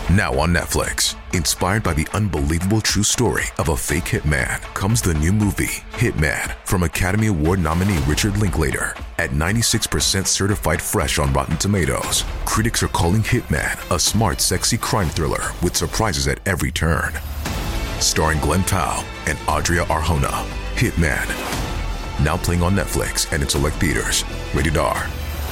Now on Netflix, inspired by the unbelievable true story of a fake hitman, comes the new movie, Hitman, from Academy Award nominee Richard Linklater. At 96% certified fresh on Rotten Tomatoes, critics are calling Hitman a smart, sexy crime thriller with surprises at every turn. Starring Glenn Powell and Adria Arjona, Hitman. Now playing on Netflix and in select theaters. Rated R.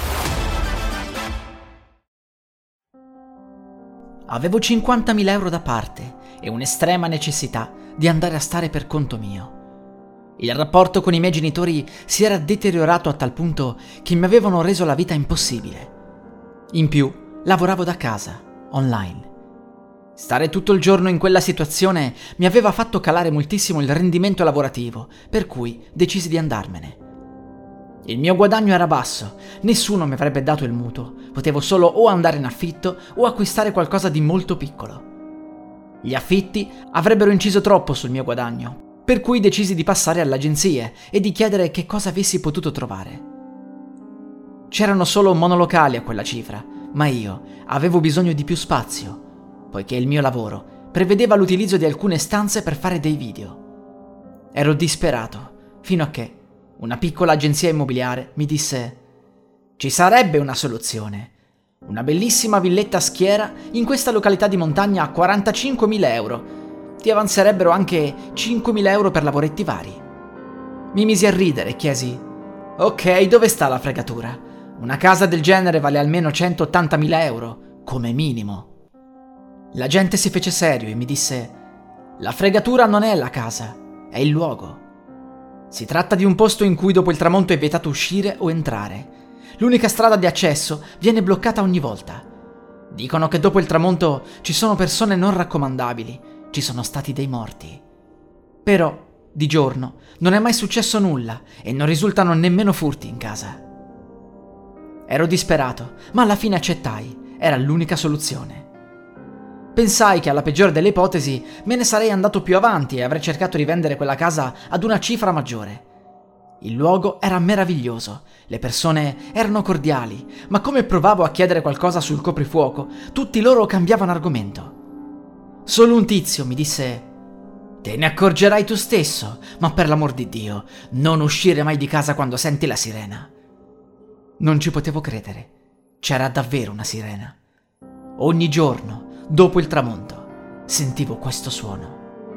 Avevo 50.000 euro da parte e un'estrema necessità di andare a stare per conto mio. Il rapporto con i miei genitori si era deteriorato a tal punto che mi avevano reso la vita impossibile. In più, lavoravo da casa, online. Stare tutto il giorno in quella situazione mi aveva fatto calare moltissimo il rendimento lavorativo, per cui decisi di andarmene. Il mio guadagno era basso, nessuno mi avrebbe dato il mutuo, potevo solo o andare in affitto o acquistare qualcosa di molto piccolo. Gli affitti avrebbero inciso troppo sul mio guadagno, per cui decisi di passare alle agenzie e di chiedere che cosa avessi potuto trovare. C'erano solo monolocali a quella cifra, ma io avevo bisogno di più spazio, poiché il mio lavoro prevedeva l'utilizzo di alcune stanze per fare dei video. Ero disperato, fino a che una piccola agenzia immobiliare mi disse: ci sarebbe una soluzione. Una bellissima villetta a Schiera in questa località di montagna a 45.000 euro. Ti avanzerebbero anche 5.000 euro per lavoretti vari. Mi misi a ridere e chiesi: ok, dove sta la fregatura? Una casa del genere vale almeno 180.000 euro, come minimo. La gente si fece serio e mi disse: la fregatura non è la casa, è il luogo. Si tratta di un posto in cui dopo il tramonto è vietato uscire o entrare. L'unica strada di accesso viene bloccata ogni volta. Dicono che dopo il tramonto ci sono persone non raccomandabili, ci sono stati dei morti. Però, di giorno, non è mai successo nulla e non risultano nemmeno furti in casa. Ero disperato, ma alla fine accettai, era l'unica soluzione. Pensai che alla peggiore delle ipotesi me ne sarei andato più avanti e avrei cercato di vendere quella casa ad una cifra maggiore. Il luogo era meraviglioso, le persone erano cordiali, ma come provavo a chiedere qualcosa sul coprifuoco, tutti loro cambiavano argomento. Solo un tizio mi disse: te ne accorgerai tu stesso, ma per l'amor di Dio, non uscire mai di casa quando senti la sirena. Non ci potevo credere, c'era davvero una sirena. Ogni giorno, dopo il tramonto, sentivo questo suono.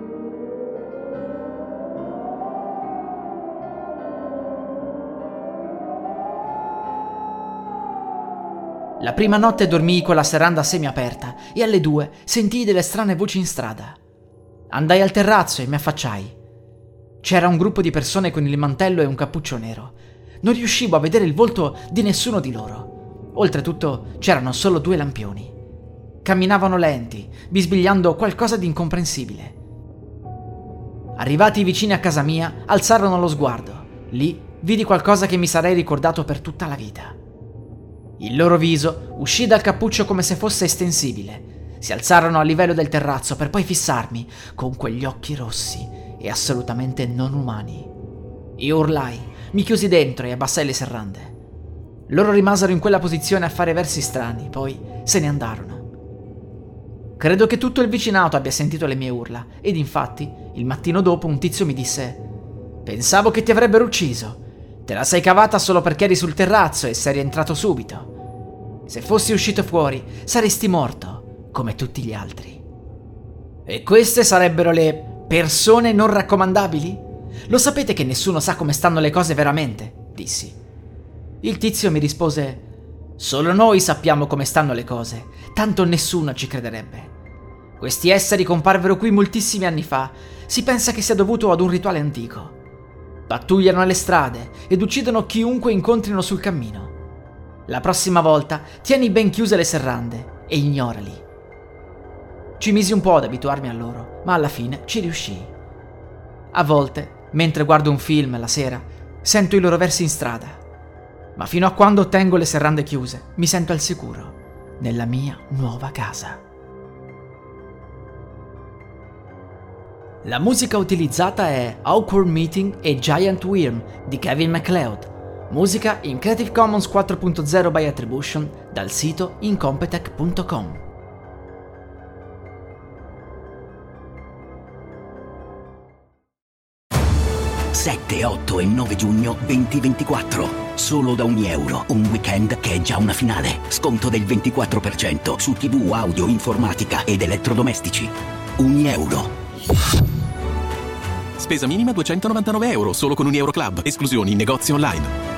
La prima notte dormii con la serranda semiaperta e alle 2 sentii delle strane voci in strada. Andai al terrazzo e mi affacciai. C'era un gruppo di persone con il mantello e un cappuccio nero. Non riuscivo a vedere il volto di nessuno di loro. Oltretutto c'erano solo 2 lampioni. Camminavano lenti, bisbigliando qualcosa di incomprensibile. Arrivati vicini a casa mia, alzarono lo sguardo. Lì vidi qualcosa che mi sarei ricordato per tutta la vita. Il loro viso uscì dal cappuccio come se fosse estensibile. Si alzarono a livello del terrazzo per poi fissarmi con quegli occhi rossi e assolutamente non umani. Io urlai, mi chiusi dentro e abbassai le serrande. Loro rimasero in quella posizione a fare versi strani, poi se ne andarono. Credo che tutto il vicinato abbia sentito le mie urla ed infatti il mattino dopo un tizio mi disse: pensavo che ti avrebbero ucciso. Te la sei cavata solo perché eri sul terrazzo e sei rientrato subito. Se fossi uscito fuori saresti morto, come tutti gli altri. E queste sarebbero le persone non raccomandabili? Lo sapete che nessuno sa come stanno le cose veramente? Dissi. Il tizio mi rispose: solo noi sappiamo come stanno le cose, tanto nessuno ci crederebbe. Questi esseri comparvero qui moltissimi anni fa, si pensa che sia dovuto ad un rituale antico. Pattugliano le strade ed uccidono chiunque incontrino sul cammino. La prossima volta tieni ben chiuse le serrande e ignorali. Ci misi un po' ad abituarmi a loro, ma alla fine ci riuscii. A volte, mentre guardo un film la sera, sento i loro versi in strada. Ma fino a quando tengo le serrande chiuse, mi sento al sicuro, nella mia nuova casa. La musica utilizzata è Awkward Meeting e Giant Worm di Kevin MacLeod. Musica in Creative Commons 4.0 by Attribution dal sito incompetech.com. 7, 8 e 9 giugno 2024. Solo da €1. Un weekend che è già una finale. Sconto del 24% su TV, audio, informatica ed elettrodomestici. €1. Spesa minima €299, solo con un Euroclub. Esclusioni in negozi online.